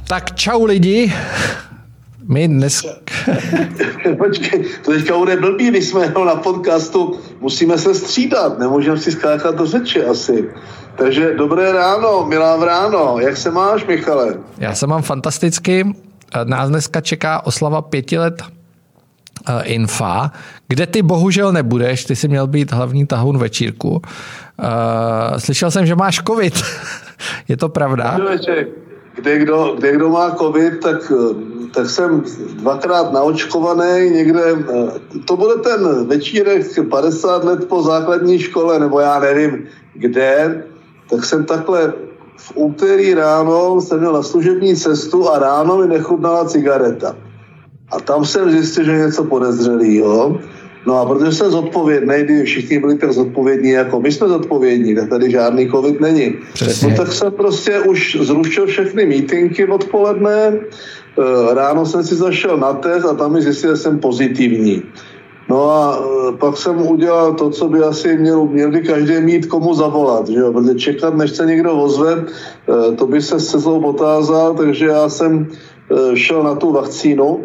Tak čau lidi. My dnes... Počkej, to teďka bude blbý, když jsme na podcastu, musíme se střídat, nemůžeme si skákat do řeči asi. Takže dobré ráno, milá ráno, jak se máš, Michale? Já se mám fantasticky, nás dneska čeká oslava 5 let Infa, kde ty bohužel nebudeš, ty jsi měl být hlavní tahoun večírku. Slyšel jsem, že máš covid, je to pravda? Kde kdo má covid, tak jsem 2krát naočkovaný někde, to bude ten večírek 50 let po základní škole, nebo já nevím kde, tak jsem takhle v úterý ráno jsem měl na služební cestu a ráno mi nechutnala cigareta. A tam jsem zjistil, že je něco podezřelýho. No a protože jsem zodpovědný, kdy všichni byli tak zodpovědní, jako my jsme zodpovědní, tak tady žádný covid není. No, tak jsem prostě už zrušil všechny mítinky odpoledne, ráno jsem si zašel na test a tam mi zjistil, že jsem pozitivní. No a pak jsem udělal to, co by asi měl by každý mít komu zavolat, že jo? Protože čekat, než se někdo ozve, to by se zlou potázal, takže já jsem šel na tu vakcínu.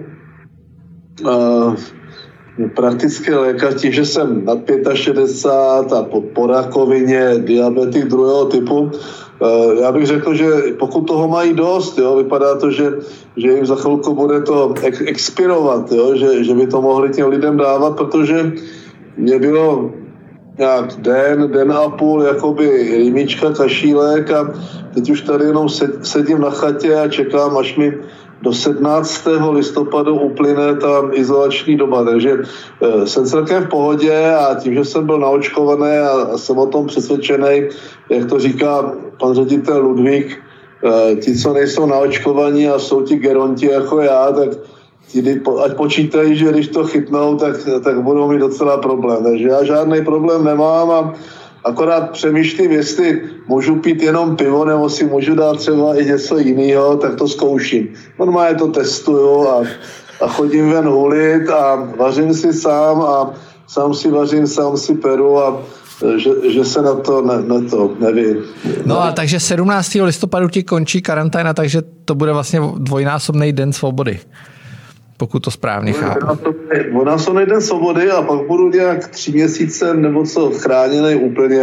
Praktický lékař, tím, že jsem nad 65 a po rakovině, diabetik druhého typu, já bych řekl, že pokud toho mají dost, jo, vypadá to, že jim za chvilku bude to expirovat, jo, že by to mohli těm lidem dávat, protože mě bylo nějak den a půl, jakoby rýmička, kašílek a teď už tady jenom sedím na chatě a čekám, až mi do 17. listopadu uplyne ta izolační doba, takže jsem celkem v pohodě a tím, že jsem byl naočkovaný a jsem o tom přesvědčený, jak to říká pan ředitel Ludvík, ti, co nejsou naočkovaní a jsou ti geronti jako já, tak ti ať počítají, že když to chytnou, tak budou mít docela problém. Takže já žádný problém nemám a akorát přemýšlím, jestli můžu pít jenom pivo, nebo si můžu dát třeba i něco jiného, tak to zkouším. Normálně to testuju a chodím ven hulit a vařím si sám a sám si vařím, sám si peru a že se na to nevím. No a takže 17. listopadu ti končí karanténa, takže to bude vlastně dvojnásobný den svobody. Pokud to správně chápu. Dvojnásobný den svobody a pak budu nějak 3 měsíce nebo co chráněný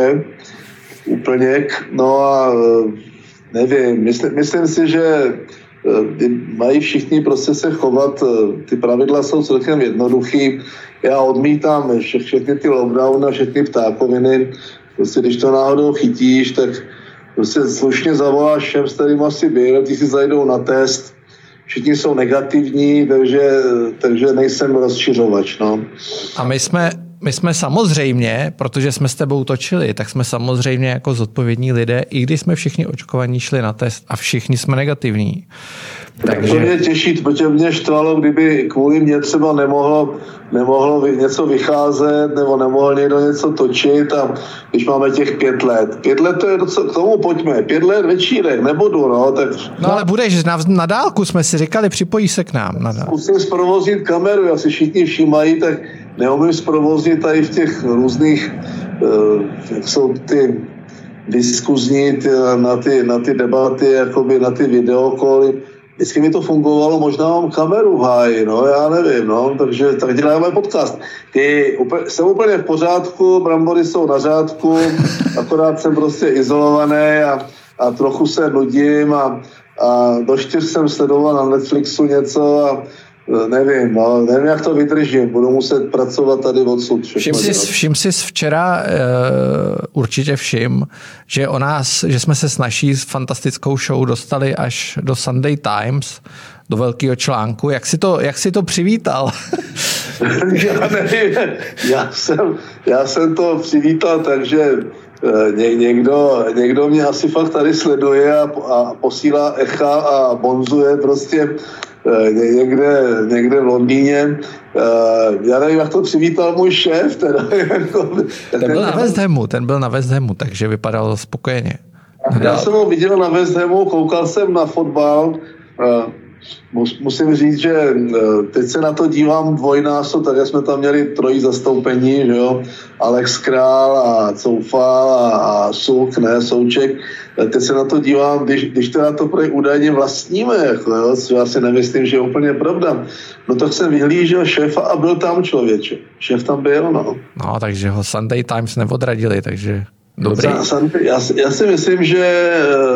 úplně. No a nevím, myslím si, že mají všichni prostě se chovat, ty pravidla jsou celkem jednoduchý. Já odmítám všechny ty lockdowny a všechny ptákoviny. Prostě když to náhodou chytíš, tak prostě slušně zavoláš všem, s kterým asi byl, ti si zajdou na test. Všichni jsou negativní, takže nejsem rozšiřovač. No. A my jsme samozřejmě, protože jsme s tebou točili, tak jsme samozřejmě jako zodpovědní lidé, i když jsme všichni očkovaní šli na test a všichni jsme negativní. Takže... To mě těší, protože mě štvalo, kdyby kvůli mě třeba nemohlo něco vycházet, nebo nemohl někdo něco točit a když máme těch 5 let. 5 let to je docela, k tomu pojďme, 5 let večírek, nebudu, no, tak... No ale budeš na dálku, jsme si říkali, připojí se k nám. Musím zprovoznit kameru, jak si všichni všímají, tak neumím zprovoznit tady v těch různých, jak jsou ty diskuzní na ty debaty, jakoby na ty videokoly. Vždycky mi to fungovalo, možná mám kameru v háji, no, já nevím, no, takže tak děláme podcast. Jsem úplně v pořádku, brambory jsou na řádku, akorát jsem prostě izolovaný a trochu se nudím a do 4 jsem sledoval na Netflixu něco a nevím, jak to vydržím, budu muset pracovat tady odsud. Všim si včera určitě že jsme se s naší fantastickou show dostali až do Sunday Times, do velkého článku. Jak si to přivítal? Já nevím, já jsem to přivítal, takže někdo mě asi fakt tady sleduje a posílá echa a bonzuje prostě někde v Londýně. Já nevím, jak to přivítal můj šéf. Ten byl na West Hamu, takže vypadal spokojeně. Já jsem ho viděl na West Hamu, koukal jsem na fotbal. Musím říct, že teď se na to dívám dvojnásob, tak jsme tam měli 3 zastoupení, že jo? Alex Král a Coufal a Souček. teď se na to dívám, když teda to údajně vlastníme, jako, jo, co já si nemyslím, že je úplně pravda, no tak jsem vyhlížel šéfa a byl tam člověče. Šéf tam byl, no. No, takže ho Sunday Times neodradili, takže dobrý. Já si myslím, že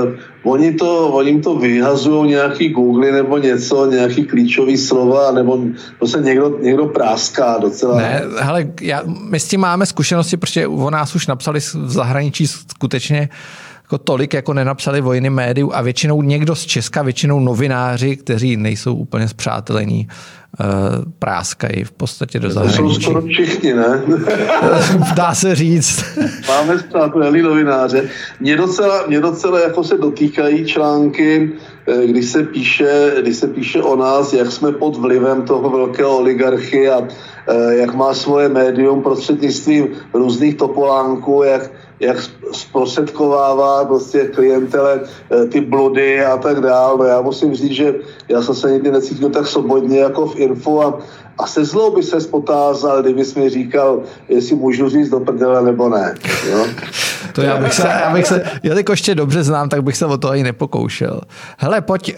oni to vyhazují nějaký Google nebo něco, nějaký klíčový slova, nebo to se někdo práská docela. Ne, hele, my s tím máme zkušenosti, protože o nás už napsali v zahraničí skutečně jako tolik, jako nenapsali vojny médiů a většinou někdo z Česka, většinou novináři, kteří nejsou úplně spřátelení, práskají v podstatě do zahraničí. To jsou skoro všichni, ne? Dá se říct. Máme spřátelení novináře. Mě docela jako se dotýkají články, když se píše o nás, jak jsme pod vlivem toho velkého oligarchy a jak má svoje médium prostřednictvím různých topolánků, jak zprostředkovává prostě klientele ty bludy a tak dále. No já musím říct, že já jsem se nikdy necítil tak svobodně jako v Info a se zlou by se spotázal, kdybys mi říkal, jestli můžu říct do prdele nebo ne. Jo? To já bych se, jelikož tě dobře znám, tak bych se o to ani nepokoušel. Hele, pojď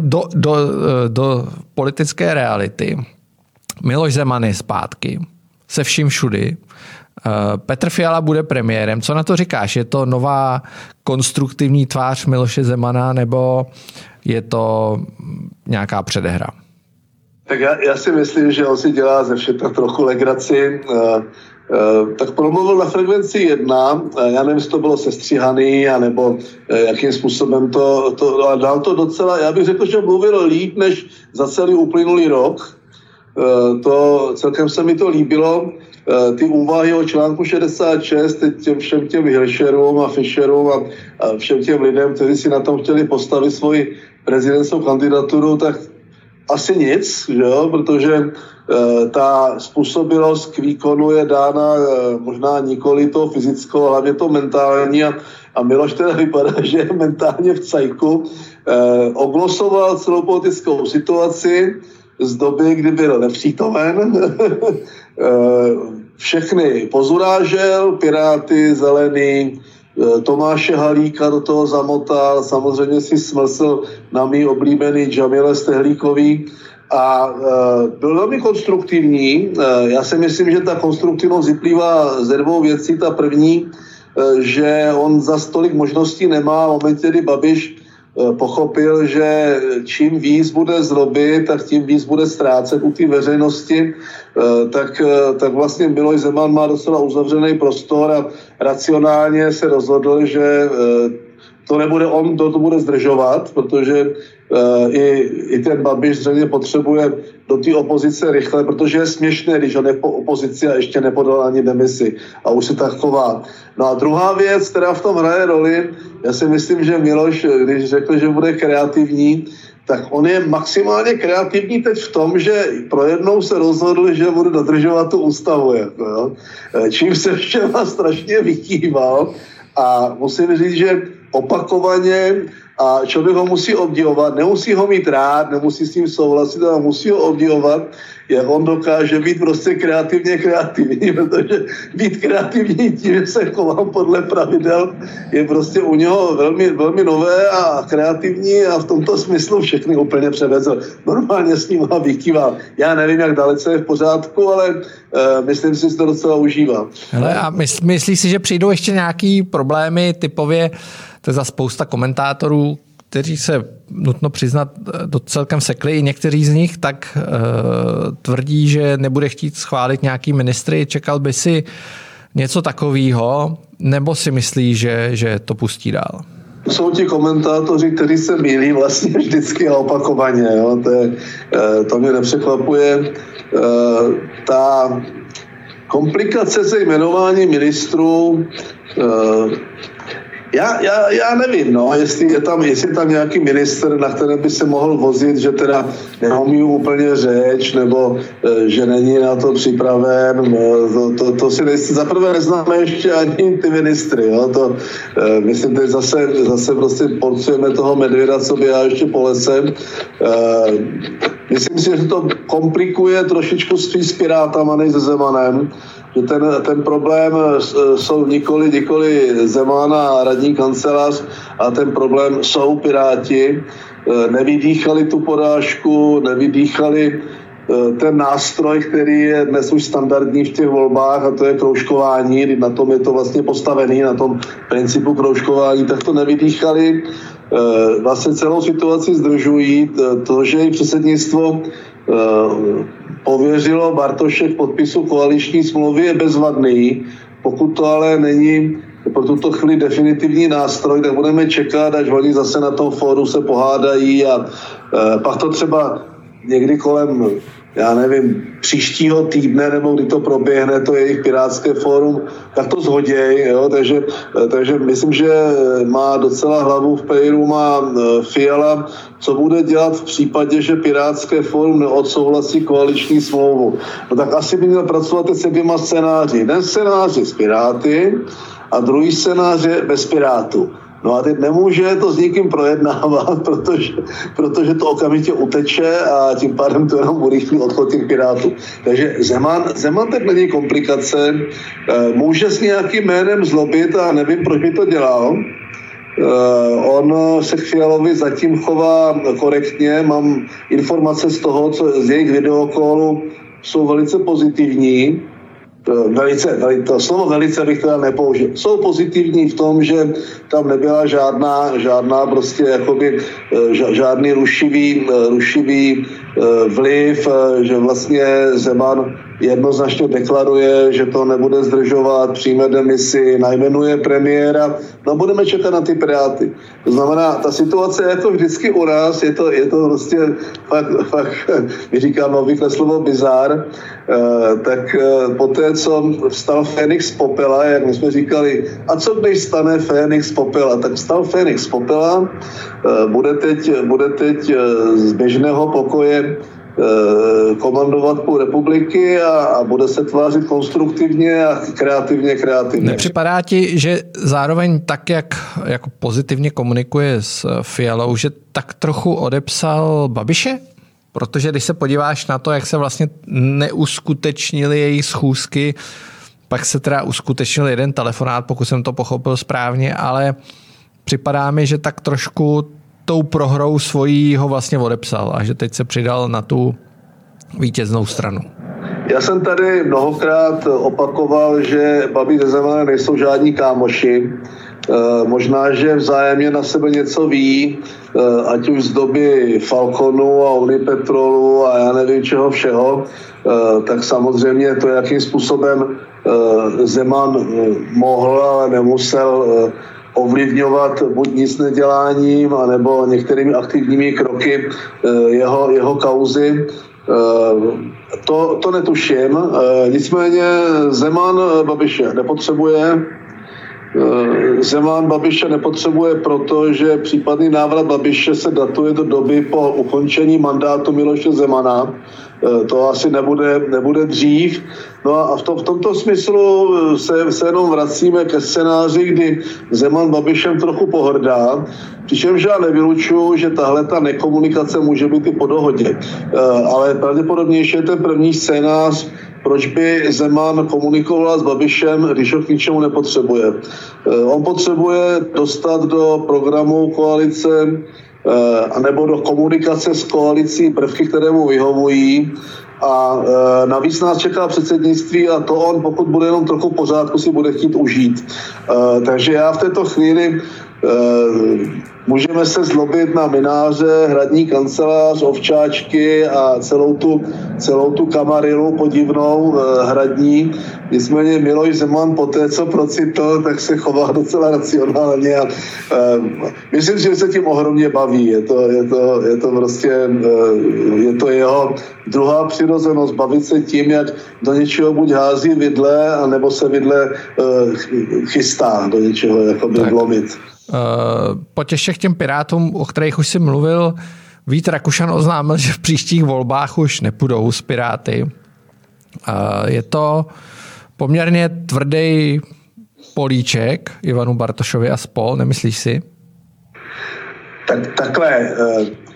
do politické reality. Miloš Zeman je zpátky, se vším všudy. Petr Fiala bude premiérem. Co na to říkáš? Je to nová konstruktivní tvář Miloše Zemana nebo je to nějaká předehra? Tak já si myslím, že on si dělá ze všeho trochu legraci. Tak promluvil na Frekvenci 1, já nevím, jestli to bylo sestříhaný, anebo jakým způsobem to dal to docela, já bych řekl, že mluvil líp, než za celý uplynulý rok. Celkem se mi to líbilo. Ty úvahy o článku 66 všem těm Hilšerům a Fischerům a všem těm lidem, kteří si na tom chtěli postavit svoji prezidentskou kandidaturu, tak asi nic, že jo? Protože ta způsobilost k výkonu je dána možná nikoli to fyzickou, ale hlavně to mentální a Miloš teda vypadá, že je mentálně v cajku. Oglosoval celou politickou situaci z doby, kdy byl nepřítomen. Všechny pozurážel, Piráty, Zelený, Tomáše Halíka do toho zamotal, samozřejmě si smysl na mý oblíbený Džamile Stehlíkový a byl velmi konstruktivní. Já si myslím, že ta konstruktivnost vyplývá ze dvou věcí. Ta první, že on za tolik možností nemá v momentě, kdy Babiš pochopil, že čím víc bude zlobit, tak tím víc bude ztrácet u té veřejnosti, tak vlastně Miloš Zeman má docela uzavřený prostor a racionálně se rozhodl, že to nebude on, to bude zdržovat, protože i ten Babiš zřejmě potřebuje do té opozice rychle, protože je směšné, když on je po opozici a ještě nepodal ani demisi a už se tak chová. No a druhá věc, která v tom hraje roli, já si myslím, že Miloš, když řekl, že bude kreativní, tak on je maximálně kreativní teď v tom, že pro jednou se rozhodl, že bude dodržovat tu ústavu. Jako, jo. Čím se všema strašně vykýval a musím říct, že opakovaně a člověk ho musí obdivovat, nemusí ho mít rád, nemusí s ním souhlasit, ale musí ho obdivovat, jak on dokáže být prostě kreativní, protože být kreativní tím, že se chovám podle pravidel, je prostě u něho velmi, velmi nové a kreativní a v tomto smyslu všechny úplně převezl. Normálně s ním ho vykýval. Já nevím, jak dalece je v pořádku, ale myslím si, že to docela užívá. Hele, a myslíš si, že přijdou ještě nějaký problémy typově, to je za spousta komentátorů, kteří se, nutno přiznat, celkem sekli, i někteří z nich, tak tvrdí, že nebude chtít schválit nějaký ministry. Čekal by si něco takového, nebo si myslí, že to pustí dál? Jsou ti komentátoři, kteří se mýlí vlastně vždycky a opakovaně. Jo? To mě nepřekvapuje. Ta komplikace se jmenování ministrů, já nevím, no, jestli je tam nějaký ministr, na kterém by se mohl vozit, že teda neumí úplně řeč, nebo že není na to připraven. To si zaprvé neznáme ještě ani ty ministry. Jo? Myslím, že zase prostě porcujeme toho medvěda, co běhá ještě po lese. Myslím si, že to komplikuje trošičku spíš s Pirátama než se Zemanem, že ten problém jsou nikoli Zeman a radní kancelář, a ten problém jsou Piráti. Nevydýchali tu porážku, nevydýchali ten nástroj, který je dnes už standardní v těch volbách, a to je kroužkování, na tom je to vlastně postavený, na tom principu kroužkování, tak to nevydýchali. Vlastně celou situaci zdržují to, že i předsednictvo pověřilo Bartoše k podpisu koaliční smlouvy, je bezvadný. Pokud to ale není pro tuto chvíli definitivní nástroj, tak budeme čekat, až oni zase na tom fóru se pohádají a pak to třeba někdy kolem, já nevím, příštího týdne, nebo kdy to proběhne, to jejich pirátské fórum, tak to zhoděj, jo? Takže myslím, že má docela hlavu v pejru, má Fiala, co bude dělat v případě, že pirátské fórum neodsouhlasí koaliční smlouvu. No tak asi by měl pracovat se dvěma scénáři. Jeden scénář je s Piráty a druhý scénář je bez Pirátů. No a teď nemůže to s nikým projednávat, protože to okamžitě uteče a tím pádem to jenom urychlí odchod těch Pirátů. Takže Zeman teď není komplikace, může s nějakým jménem zlobit a nevím, proč by to dělal. On se k Fialovi zatím chová korektně, mám informace z toho, co z jejich videokolu jsou velice pozitivní. To slovo velice bych teda nepoužil. Jsou pozitivní v tom, že tam nebyla žádná prostě jakoby žádný rušivý vliv, že vlastně Zeman jednoznačně deklaruje, že to nebude zdržovat, přijme demisi, najmenuje premiéra. No budeme čekat na ty Piráty. To znamená, ta situace je jako vždycky u nás, je to prostě fakt my říkáme obvykle slovo bizár, tak poté, co vstal Fénix z popela, jak my jsme říkali, a co když stane Fénix z popela, tak vstal Fénix z popela, bude teď z běžného pokoje komandovat půl republiky a bude se tvářit konstruktivně a kreativně. Nepřipadá ti, že zároveň tak, jak jako pozitivně komunikuje s Fialou, že tak trochu odepsal Babiše? Protože když se podíváš na to, jak se vlastně neuskutečnily její schůzky, pak se teda uskutečnil jeden telefonát, pokud jsem to pochopil správně, ale připadá mi, že tak trošku tou prohrou svojí ho vlastně odepsal a že teď se přidal na tu vítěznou stranu. Já jsem tady mnohokrát opakoval, že Babiš se Zemanem nejsou žádní kámoši. Možná, že vzájemně na sebe něco ví, ať už z doby Falconu a Unipetrolu a já nevím čeho všeho, tak samozřejmě to, jakým způsobem Zeman mohl, ale nemusel ovlivňovat buď nic neděláním, anebo některými aktivními kroky jeho kauzy. To netuším. Nicméně Zeman Babiše nepotřebuje. Zeman Babiše nepotřebuje, protože případný návrat Babiše se datuje do doby po ukončení mandátu Miloše Zemana. To asi nebude dřív. No a v tomto smyslu se jenom vracíme ke scénáři, kdy Zeman Babišem trochu pohrdá, přičemž já nevylučuju, že tahle ta nekomunikace může být i po dohodě. Ale pravděpodobnější je ten první scénář, proč by Zeman komunikoval s Babišem, když ho k ničemu nepotřebuje. On potřebuje dostat do programu koalice anebo do komunikace s koalicí prvky, které mu vyhovují. A navíc nás čeká předsednictví a to on, pokud bude jenom trochu v pořádku, si bude chtít užít. Takže já v této chvíli můžeme se zlobit na Mynáře, hradní kancelář, ovčáčky a celou tu kamarilu podivnou hradní. Nicméně Miloš Zeman po té, co procitl, tak se chová docela racionálně a myslím, že se tím ohromně baví. Je to prostě jeho druhá přirozenost, bavit se tím, jak do něčeho buď hází vidle, anebo se vidle chystá do něčeho, jakoby vlomit. Pojď ještě k těm Pirátům, o kterých už jsi mluvil. Vít Rakušan oznámil, že v příštích volbách už nepůjdou s Piráty. Je to poměrně tvrdý políček Ivanu Bartošovi a spol, nemyslíš si? Takhle.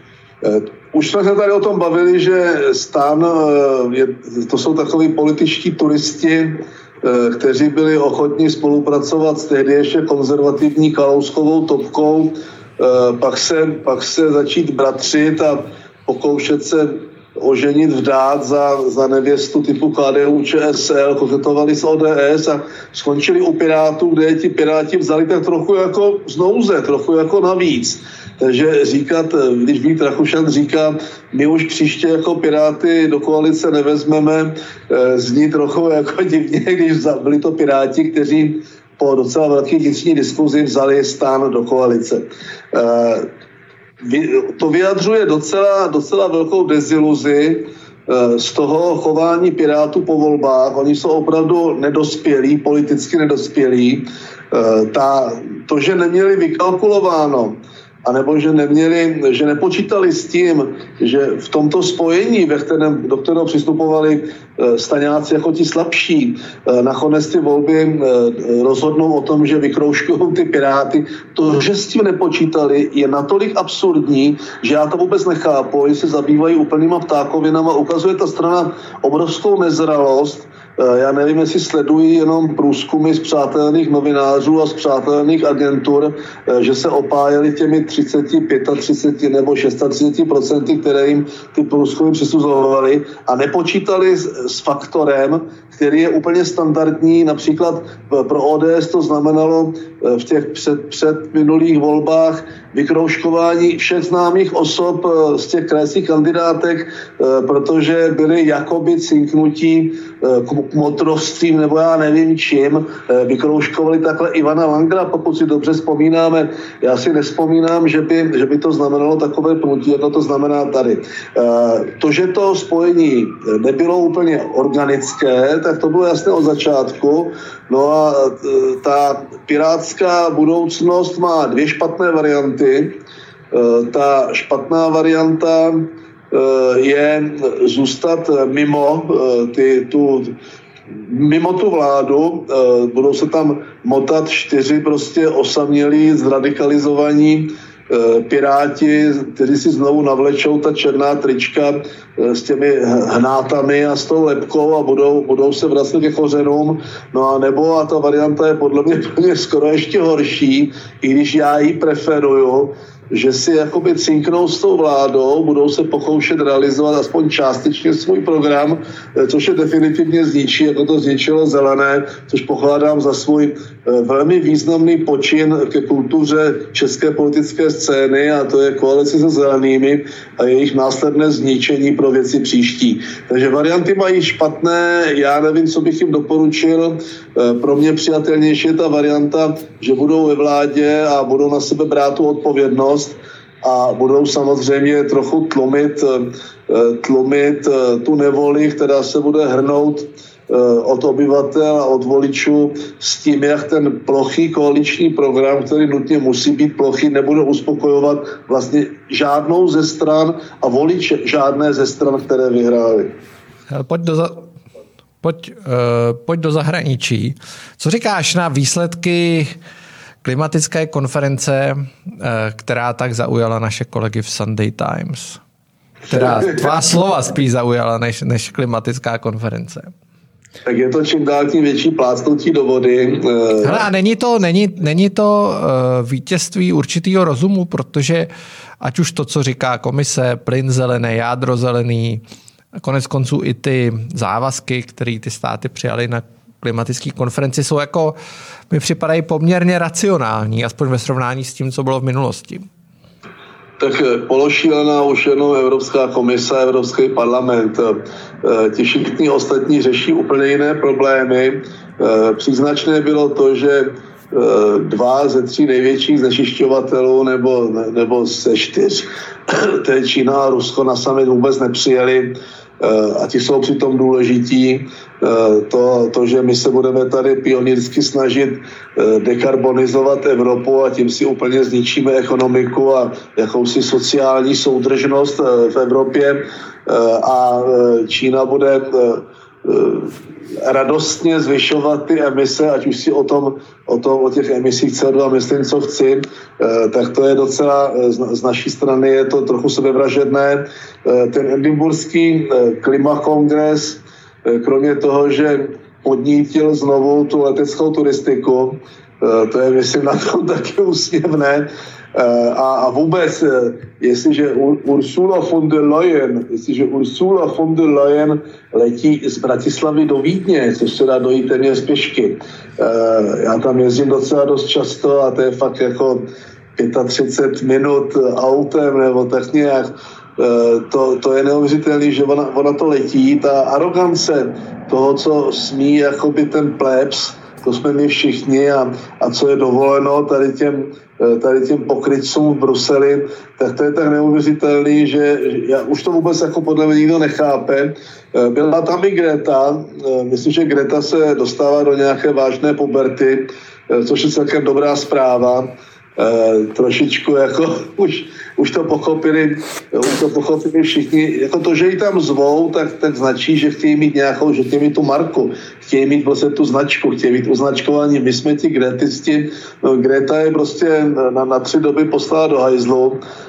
Už jsme se tady o tom bavili, že STAN, to jsou takoví političtí turisti, kteří byli ochotní spolupracovat s tehdy ještě konzervativní Kalouskovou topkou, pak se začít bratřit a pokoušet se oženit vdát za nevěstu typu KDU-ČSL, koketovali s ODS a skončili u Pirátů, kde ti Piráti vzali tak trochu jako z nouze, trochu jako navíc. Takže říkat, když Vít Rakušan říká, my už příště jako Piráty do koalice nevezmeme, zní trochu jako divně, když byli to Piráti, kteří po docela velké vnitřní diskuzi vzali STAN do koalice. To vyjadřuje docela velkou deziluzi z toho chování Pirátů po volbách. Oni jsou opravdu nedospělí, politicky nedospělí. To, že neměli vykalkulováno, anebo že nepočítali s tím, že v tomto spojení, do kterého přistupovali staňáci jako ti slabší, nakonec ty volby rozhodnou o tom, že vykroužkují ty Piráty. To, že s tím nepočítali, je natolik absurdní, že já to vůbec nechápu. Oni se zabývají úplnýma ptákovinama, ukazuje ta strana obrovskou nezralost. Já nevím, jestli sledují jenom průzkumy z přátelných novinářů a z přátelných agentur, že se opájeli těmi 30, 35 nebo 36%, které jim ty průzkumy přisuzovaly a nepočítali s faktorem, který je úplně standardní. Například pro ODS to znamenalo v těch předminulých volbách vykroužkování všech známých osob z těch krajských kandidátek, protože byli jakoby cinknutí k motrovstvím nebo já nevím čím. Vykroužkovali takhle Ivana Langra, pokud si dobře vzpomínáme. Já si nevzpomínám, že by to znamenalo takové pnutí, jako to znamená tady. To, že to spojení nebylo úplně organické, tak to bylo jasné od začátku. No a ta pirátská budoucnost má dvě špatné varianty. Ta špatná varianta je zůstat mimo tu vládu. Budou se tam motat 4 prostě osamělí, zradikalizovaní Piráti, kteří si znovu navlečou ta černá trička s těmi hnátami a s tou lepkou a budou se vracet ke kořenům. No a nebo, a ta varianta je podle mě skoro ještě horší, i když já ji preferuju, že si jakoby cinknou s tou vládou, budou se pokoušet realizovat aspoň částečně svůj program, což je definitivně zničí, jako to zničilo Zelené, což pokládám za svůj velmi významný počin ke kultuře české politické scény, a to je koalice se Zelenými a jejich následné zničení pro věci příští. Takže varianty mají špatné, já nevím, co bych jim doporučil. Pro mě přijatelnější je ta varianta, že budou ve vládě a budou na sebe brát tu odpovědnost a budou samozřejmě trochu tlumit tu nevoli, která se bude hrnout od obyvatel a od voličů s tím, jak ten plochý koaliční program, který nutně musí být plochý, nebude uspokojovat vlastně žádnou ze stran a voliče žádné ze stran, které vyhrály. Pojď do zahraničí. Co říkáš na výsledky klimatické konference, která tak zaujala naše kolegy v Sunday Times? Která tvá slova spíš zaujala než klimatická konference. Tak je to čím dál tím větší plácnutí do vody. Hele, a není to vítězství určitýho rozumu, protože ať už to, co říká komise, plyn zelený, jádro zelený, konec konců i ty závazky, které ty státy přijaly na klimatické konferenci, jsou jako, mi připadají poměrně racionální, aspoň ve srovnání s tím, co bylo v minulosti. Tak pološílená už jenom Evropská komise, Evropský parlament. Ti všichni ostatní řeší úplně jiné problémy. Příznačné bylo to, že 2 ze 3 největších znečišťovatelů nebo ze 4, to je Čína a Rusko, na summit vůbec nepřijeli a ti jsou přitom důležití. To, že my se budeme tady pionýrsky snažit dekarbonizovat Evropu a tím si úplně zničíme ekonomiku a jakousi sociální soudržnost v Evropě a Čína bude radostně zvyšovat ty emise, ať už si o těch emisích CO2 myslím, co chci, tak to je docela, z naší strany je to trochu sebevražedné. Ten edinburský klimakongres, kromě toho, že podnítil znovu tu leteckou turistiku, to je, myslím, na tom taky úsměvné. A vůbec, jestliže Ursula von der Leyen letí z Bratislavy do Vídně, což se dá dojít téměř pěšky. Já tam jezdím docela dost často a to je fakt jako 35 minut autem nebo tak nějak. To je neuvěřitelné, že ona to letí. Ta arogance toho, co smí jakoby ten plebs, to jsme my všichni a co je dovoleno tady těm pokrytcům v Bruseli, tak to je tak neuvěřitelný, že už to vůbec jako podle mě nikdo nechápe. Byla tam i Greta, myslím, že Greta se dostává do nějaké vážné puberty, což je celkem dobrá zpráva. Trošičku jako už to pochopili všichni. Jako to, že ji tam zvou, tak značí, že chtějí mít že chtějí mít tu marku, chtějí mít prostě tu značku, chtějí mít označkování. My jsme ti gretisti, Greta je prostě na 3 doby poslala do hajzlu,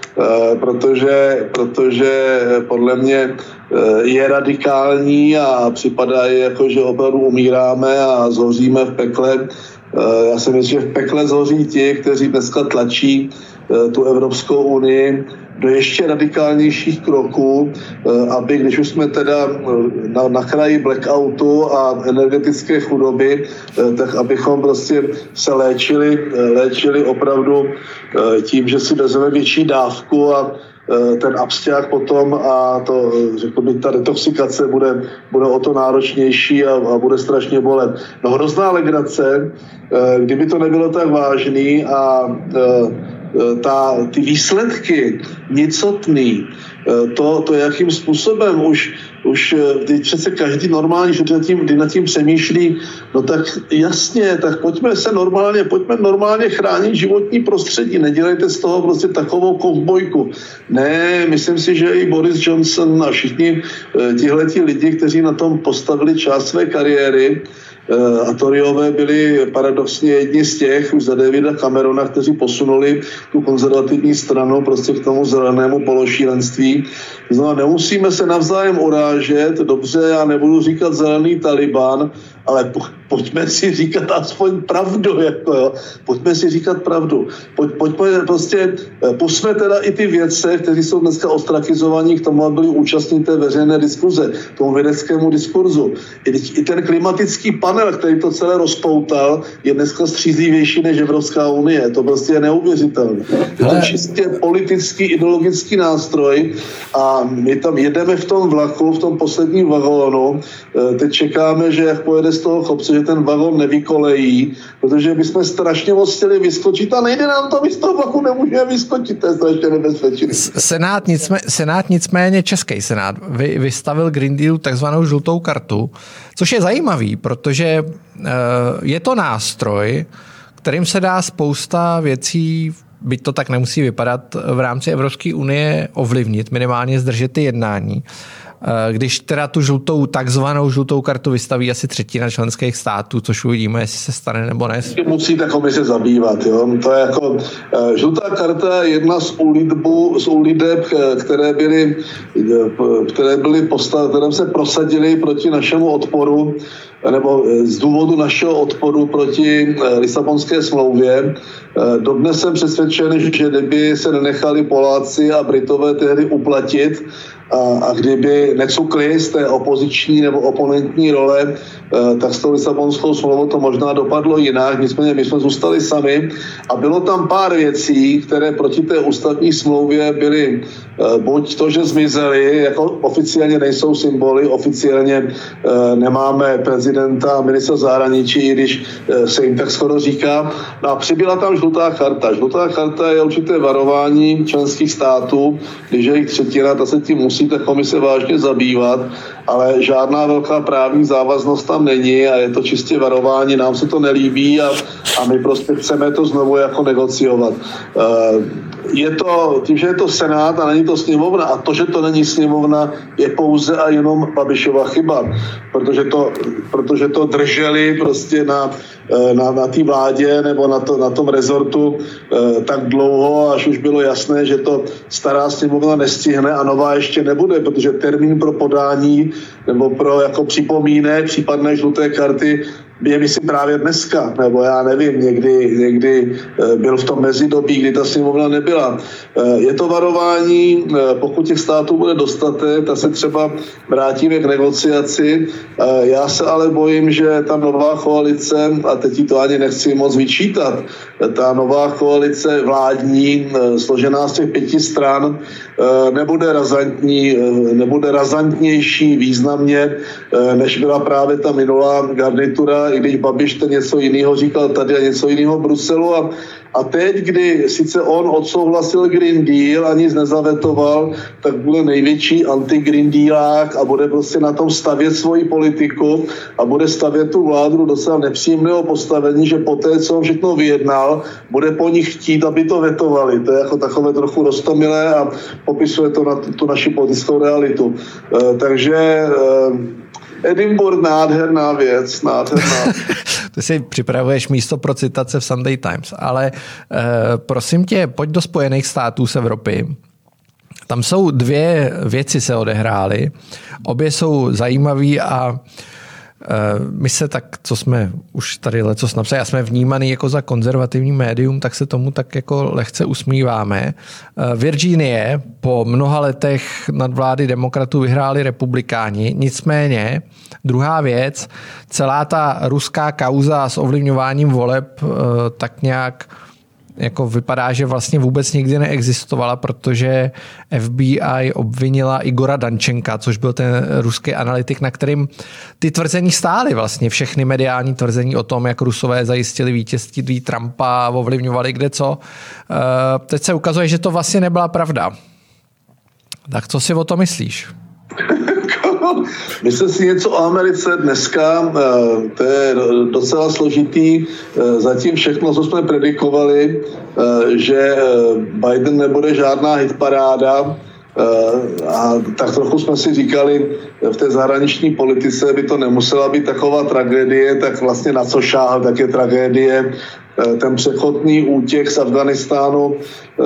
protože podle mě je radikální a připadá jako, že opravdu umíráme a zhoříme v pekle. Já si myslím, že v pekle zhoří ti, kteří dneska tlačí tu Evropskou unii do ještě radikálnějších kroků, aby, když už jsme teda na kraji blackoutu a energetické chudoby, tak abychom prostě se léčili opravdu tím, že si vezmeme větší dávku a ten absťák potom a to, řekl bych, ta detoxikace bude o to náročnější a bude strašně bolet. No hrozná legrace, kdyby to nebylo tak vážný a ty výsledky nicotný, to jakým způsobem už přece každý normální, že nad tím přemýšlí, no tak jasně, tak pojďme normálně chránit životní prostředí, nedělejte z toho prostě takovou kovbojku. Ne, myslím si, že i Boris Johnson a všichni tihleti lidi, kteří na tom postavili část své kariéry, a Toryové byli paradoxně jedni z těch, už za Davida Camerona, kteří posunuli tu konzervativní stranu prostě k tomu zelenému pološílenství. Znamená, nemusíme se navzájem urážet, dobře, já nebudu říkat zelený Taliban, ale pojďme si říkat aspoň pravdu, jako jo. Pojďme si říkat pravdu. Pojďme prostě, pusťme teda i ty vědce, kteří jsou dneska ostrakizovaní k tomu, aby byli účastní té veřejné diskuze, tomu vědeckému diskurzu. I ten klimatický panel, který to celé rozpoutal, je dneska střízlivější než Evropská unie. To prostě je neuvěřitelné. Je to čistě politický, ideologický nástroj a my tam jedeme v tom vlaku, v tom posledním vagónu. Teď čekáme, že jak pojede z toho kopce, že ten vagón nevykolejí, protože bychom strašně moc chtěli vyskočit a nejde nám to, my z toho vlaku nemůžeme vyskočit, to je strašně nebezpečný. Senát nicméně, český senát, vystavil Green Dealu takzvanou žlutou kartu, což je zajímavý, protože je to nástroj, kterým se dá spousta věcí, byť to tak nemusí vypadat, v rámci Evropské unie ovlivnit, minimálně zdržet ty jednání. Když teda tu takzvanou žlutou kartu vystaví asi 1/3 členských států, což uvidíme, jestli se stane nebo ne. Musí ta komise zabývat. Jo? To je jako žlutá karta je jedna z úliteb, které se prosadily proti našemu odporu, nebo z důvodu našeho odporu proti Lisabonské smlouvě. Dodnes jsem přesvědčen, že kdyby se nenechali Poláci a Britové tehdy uplatit a kdyby necukli z té opoziční nebo oponentní role, tak s tou Lisabonskou smlouvou to možná dopadlo jinak. Nicméně my jsme zůstali sami a bylo tam pár věcí, které proti té ústavní smlouvě byly buď to, že zmizely, jako oficiálně nejsou symboly, oficiálně nemáme prezidenta a ministra zahraničí, i když se jim tak skoro říká. No a přibyla tam žlutá karta. Žlutá karta je určité varování členských států, když je jich 1/3, ta se tím musí ta komise vážně zabývat, ale žádná velká právní závaznost tam není a je to čistě varování, nám se to nelíbí a my prostě chceme to znovu jako negociovat. tím, že je to Senát a není to sněmovna, a to, že to není sněmovna, je pouze a jenom Babišova chyba, protože to drželi prostě na té vládě nebo na tom rezortu tak dlouho, až už bylo jasné, že to stará sněmovna nestihne a nová ještě nebude, protože termín pro podání nebo pro jako připomínek případné žluté karty je myslím právě dneska, nebo já nevím, někdy byl v tom mezidobí, kdy ta sněmovna nebyla. Je to varování, pokud těch států bude dostatek, tak se třeba vrátíme k negociaci. Já se ale bojím, že ta nová koalice, a teď to ani nechci moc vyčítat, ta nová koalice vládní, složená z těch 5 stran, nebude razantnější významně, než byla právě ta minulá garnitura, i když Babiš ten něco jiného říkal tady a něco jiného v Bruselu. A teď, kdy sice on odsouhlasil Green Deal a nic nezavetoval, tak bude největší anti-Green Dealák a bude prostě na tom stavět svoji politiku a bude stavět tu vládu do docela nepříjemného postavení, že poté, co on všechno vyjednal, bude po nich chtít, aby to vetovali. To je jako takové trochu roztomilé a popisuje to na tu naši politickou realitu. Takže Edinburgh, nádherná věc, nádherná. Ty si připravuješ místo pro citace v Sunday Times, ale prosím tě, pojď do Spojených států z Evropy. Tam jsou 2 věci se odehrály, obě jsou zajímavé a my se tak, co jsme už tady lecos napsali, a jsme vnímaný jako za konzervativní médium, tak se tomu tak jako lehce usmíváme. Virginie po mnoha letech nadvlády demokratů vyhráli republikáni, nicméně druhá věc, celá ta ruská kauza s ovlivňováním voleb tak nějak jako vypadá, že vlastně vůbec nikdy neexistovala, protože FBI obvinila Igora Dančenka, což byl ten ruský analytik, na kterým ty tvrzení stály vlastně, všechny mediální tvrzení o tom, jak Rusové zajistili vítězství Trumpa, ovlivňovali kde co. Teď se ukazuje, že to vlastně nebyla pravda. Tak co si o to myslíš? Myslím si něco o Americe dneska, to je docela složitý. Zatím všechno, co jsme predikovali, že Biden nebude žádná hitparáda, a tak trochu jsme si říkali, v té zahraniční politice by to nemusela být taková tragédie, tak vlastně na co šáhl, tak je tragédie. Ten přechodný útěk z Afghánistánu,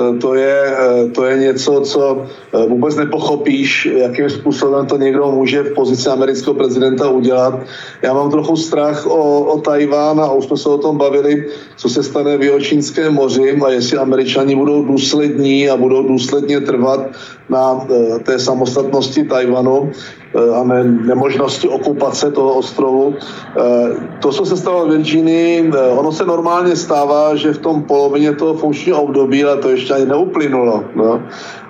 to je něco, co vůbec nepochopíš, jakým způsobem to někdo může v pozici amerického prezidenta udělat. Já mám trochu strach o Tajván a už jsme se o tom bavili, co se stane v Jihočínském moři a jestli Američani budou důslední a budou důsledně trvat na té samostatnosti Tajvanu a nemožnosti okupace toho ostrovu. To, co se stalo v Virginii, ono se normálně stává, že v tom polovině toho funkčního období, ale to ještě ani neuplynulo, no,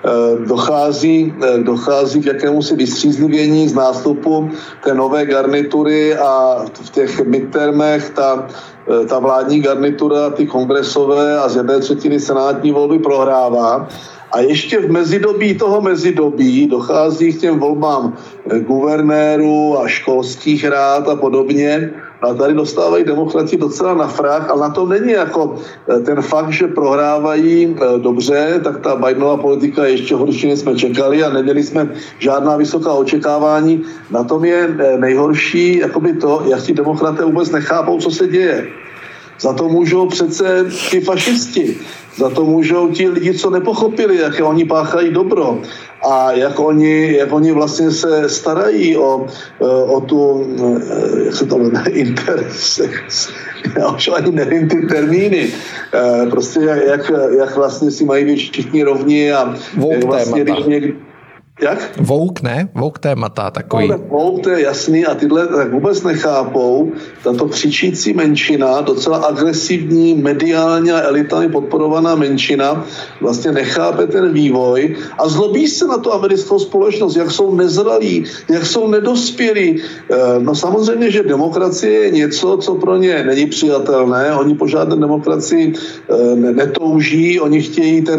dochází k jakémusi vystřízlivění z nástupu té nové garnitury a v těch midtermech ta vládní garnitura, ty kongresové a z 1/3 senátní volby prohrává. A ještě v mezidobí dochází k těm volbám guvernérů a školských rád a podobně. A tady dostávají demokrati docela na frak, ale na tom není jako ten fakt, že prohrávají dobře, tak ta Bidenova politika je ještě horší, než jsme čekali a neměli jsme žádná vysoká očekávání. Na tom je nejhorší jakoby to, jak ti demokraté vůbec nechápou, co se děje. Za to můžou přece ti fašisti, za to můžou ti lidi, co nepochopili, jaké oni páchají dobro a jak oni vlastně se starají o tu, jak se to jmenuje, intersex. Já už ani nevím ty termíny. Prostě jak vlastně si mají být všichni rovni a jak vlastně jak? Vouk témata takový. Vouk, to je jasný a tyhle tak vůbec nechápou. Tato křičící menšina, docela agresivní, mediálně a elitami podporovaná menšina vlastně nechápe ten vývoj a zlobí se na tu americkou společnost, jak jsou nezralí, jak jsou nedospělí. No samozřejmě, že demokracie je něco, co pro ně není přijatelné. Oni po žádné demokracii netouží, oni chtějí ten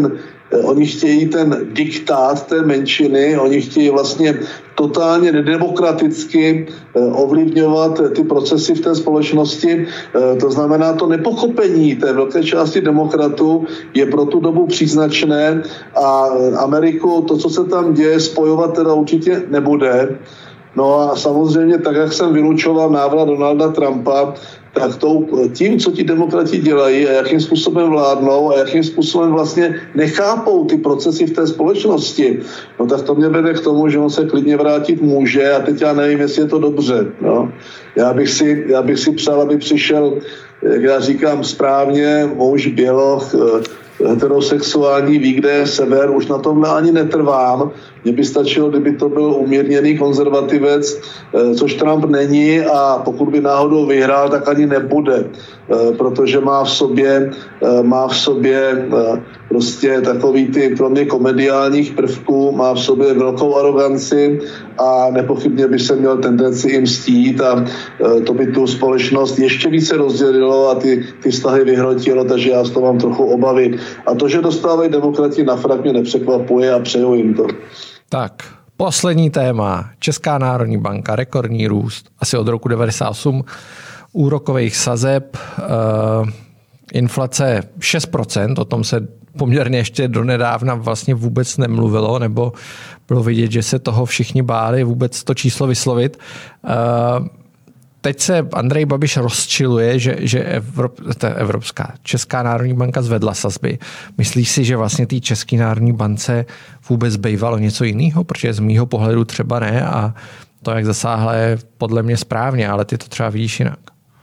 Oni chtějí ten diktát té menšiny, oni chtějí vlastně totálně nedemokraticky ovlivňovat ty procesy v té společnosti. To znamená, to nepochopení té velké části demokratů je pro tu dobu příznačné a Ameriku, to, co se tam děje, spojovat teda určitě nebude. No a samozřejmě, tak jak jsem vylučoval návrat Donalda Trumpa, tak tím, co ti demokrati dělají a jakým způsobem vládnou a jakým způsobem vlastně nechápou ty procesy v té společnosti, no tak to mě vede k tomu, že on se klidně vrátit může a teď já nevím, jestli je to dobře. No. Já bych si přál, aby přišel, jak já říkám správně, muž, běloch, heterosexuální, ví, kde je sever, už na tomhle ani netrvám. Mně by stačilo, kdyby to byl umírněný konzervativec, což Trump není a pokud by náhodou vyhrál, tak ani nebude, protože má v sobě prostě takový ty kromě komediálních prvků, má v sobě velkou aroganci a nepochybně by se měl tendenci jim mstít a to by tu společnost ještě více rozdělilo a ty vztahy vyhrotilo, takže já z toho mám trochu obavy. A to, že dostávají demokrati na frak, mě nepřekvapuje a přeju jim to. Tak, poslední téma. Česká národní banka, rekordní růst, asi od roku 1998, úrokových sazeb, inflace 6%, o tom se poměrně ještě donedávna vlastně vůbec nemluvilo, nebo bylo vidět, že se toho všichni báli vůbec to číslo vyslovit. Teď se Andrej Babiš rozčiluje, že Česká národní banka zvedla sazby. Myslíš si, že vlastně té České národní bance vůbec bývalo něco jiného? Protože z mýho pohledu třeba ne a to, jak zasáhla, je podle mě správně, ale ty to třeba vidíš jinak.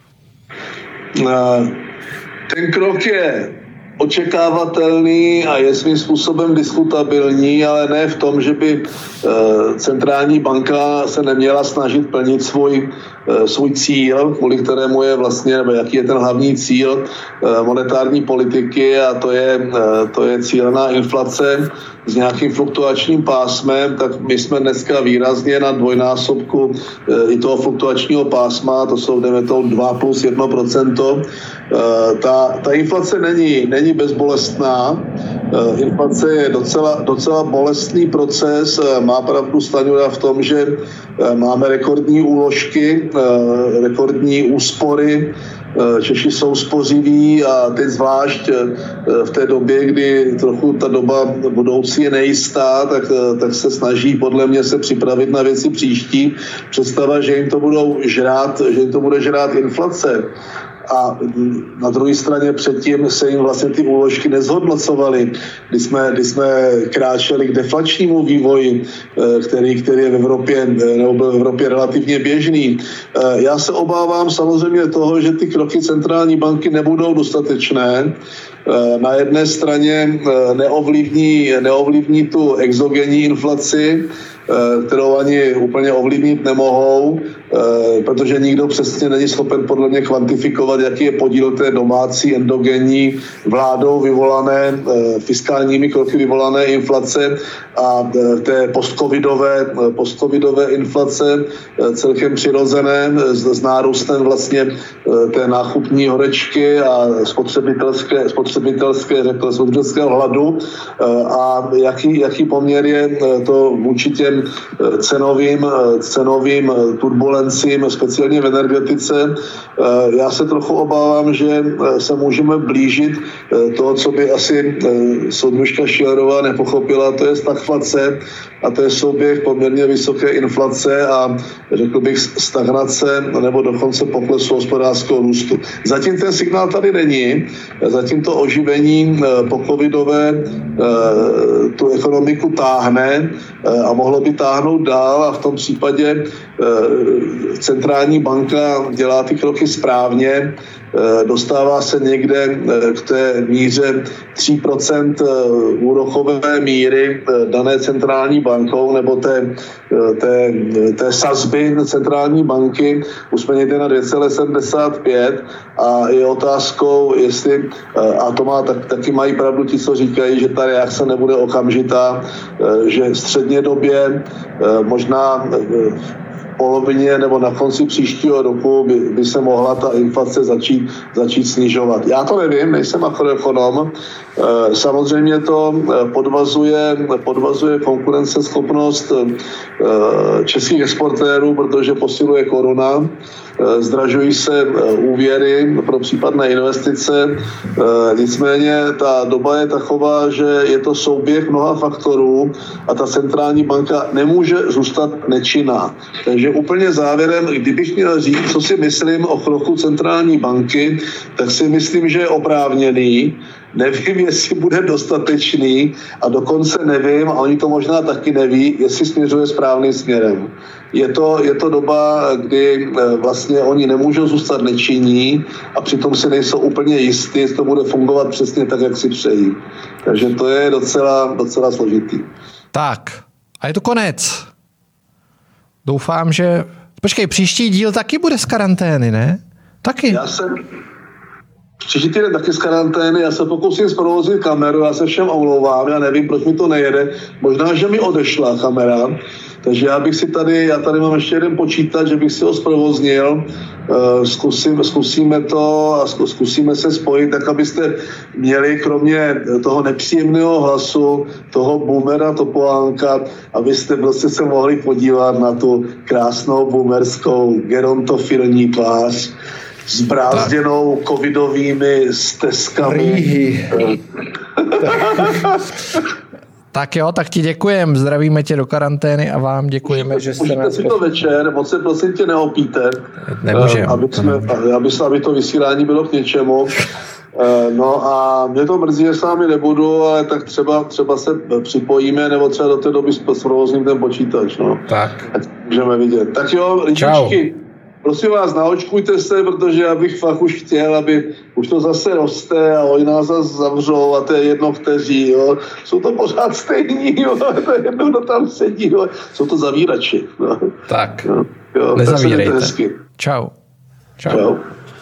Ten krok je očekávatelný a je svým způsobem diskutabilní, ale ne v tom, že by centrální banka se neměla snažit plnit svůj cíl, kvůli kterému je vlastně, nebo jaký je ten hlavní cíl monetární politiky a to je cílená inflace s nějakým fluktuačním pásmem, tak my jsme dneska výrazně na dvojnásobku i toho fluktuačního pásma, to jsou 2 plus 1%. Ta inflace není bezbolestná, inflace je docela bolestný proces, má pravdu Stanjura v tom, že máme rekordní úložky, rekordní úspory, Češi jsou spořiví a teď zvlášť v té době, kdy trochu ta doba budoucí je nejistá, tak se snaží podle mě se připravit na věci příští. Představa, že jim to bude žrát inflace. A na druhé straně předtím se jim vlastně ty úložky nezhodnocovaly, kdy jsme kráčeli k deflačnímu vývoji, který je v Evropě, nebo byl v Evropě relativně běžný. Já se obávám samozřejmě toho, že ty kroky centrální banky nebudou dostatečné. Na jedné straně neovlivní tu exogenní inflaci, kterou ani úplně ovlivnit nemohou, protože nikdo přesně není schopen podle mě kvantifikovat, jaký je podíl té domácí endogenní vládou vyvolané, fiskálními kroky vyvolané inflace a té postcovidové inflace celkem přirozené s nárůstem vlastně té náchupní horečky a spotřebitelského hladu a jaký poměr je to vůči těm cenovým turbulencím, speciálně v energetice. Já se trochu obávám, že se můžeme blížit to, co by asi soudružka Schillerová nepochopila, to je stagflace a to je souběh poměrně vysoké inflace a řekl bych stagnace nebo dokonce poklesu hospodářského růstu. Zatím ten signál tady není, zatím to oživení po-covidové tu ekonomiku táhne a mohlo by táhnout dál a v tom případě centrální banka dělá ty kroky správně, dostává se někde k té míře 3% úrokové míry dané centrální bankou nebo té sazby centrální banky. Už jsme někde na 2,75 a je otázkou, jestli, a to taky mají pravdu ti, co říkají, že ta reakce nebude okamžitá, že střednědobě možná polovině nebo na konci příštího roku by se mohla ta inflace začít snižovat. Já to nevím, nejsem makroekonom. Samozřejmě to podvazuje konkurenceschopnost českých exportérů, protože posiluje koruna, zdražují se úvěry pro případné investice. Nicméně ta doba je taková, že je to souběh mnoha faktorů a ta centrální banka nemůže zůstat nečinná. Takže úplně závěrem, kdybych měl říct, co si myslím o kroku centrální banky, tak si myslím, že je oprávněný. Nevím, jestli bude dostatečný a dokonce nevím, a oni to možná taky neví, jestli směřuje správným směrem. Je to doba, kdy vlastně oni nemůžou zůstat nečinní a přitom si nejsou úplně jistí, jestli to bude fungovat přesně tak, jak si přejí. Takže to je docela složitý. Tak, a je to konec. Doufám, že... Počkej, příští díl taky bude z karantény, ne? Taky. Příští týden taky z karantény, já se pokusím zprovozit kameru, já se všem omlouvám, já nevím, proč mi to nejede. Možná, že mi odešla kamera, takže já tady mám ještě jeden počítač, že bych si ho zprovoznil, zkusíme to a zkusíme se spojit, tak abyste měli kromě toho nepříjemného hlasu, toho boomera Topolánka, abyste prostě se mohli podívat na tu krásnou boomerskou gerontofilní tvář, zbrázděnou covidovými stezkami. Tak jo, tak ti děkujem, zdravíme tě do karantény a vám děkujeme, že jste nás... si to večer, moc se prosím tě neopíte, aby to vysílání bylo k něčemu. No a mě to mrzí, že s vámi nebudu, ale tak třeba se připojíme, nebo třeba do té doby zprovozním ten počítač. No. Tak. Můžeme vidět. Tak jo, lidičky. Prosím vás, naočkujte se, protože já bych fakt už chtěl, aby už to zase roste a oni nás zase zavřou a to je jedno kteří, jo. Jsou to pořád stejní, jo, to je jedno, kdo tam sedí, jo. Jsou to zavírači. No. Tak, jo, nezavírejte. Čau. Čau.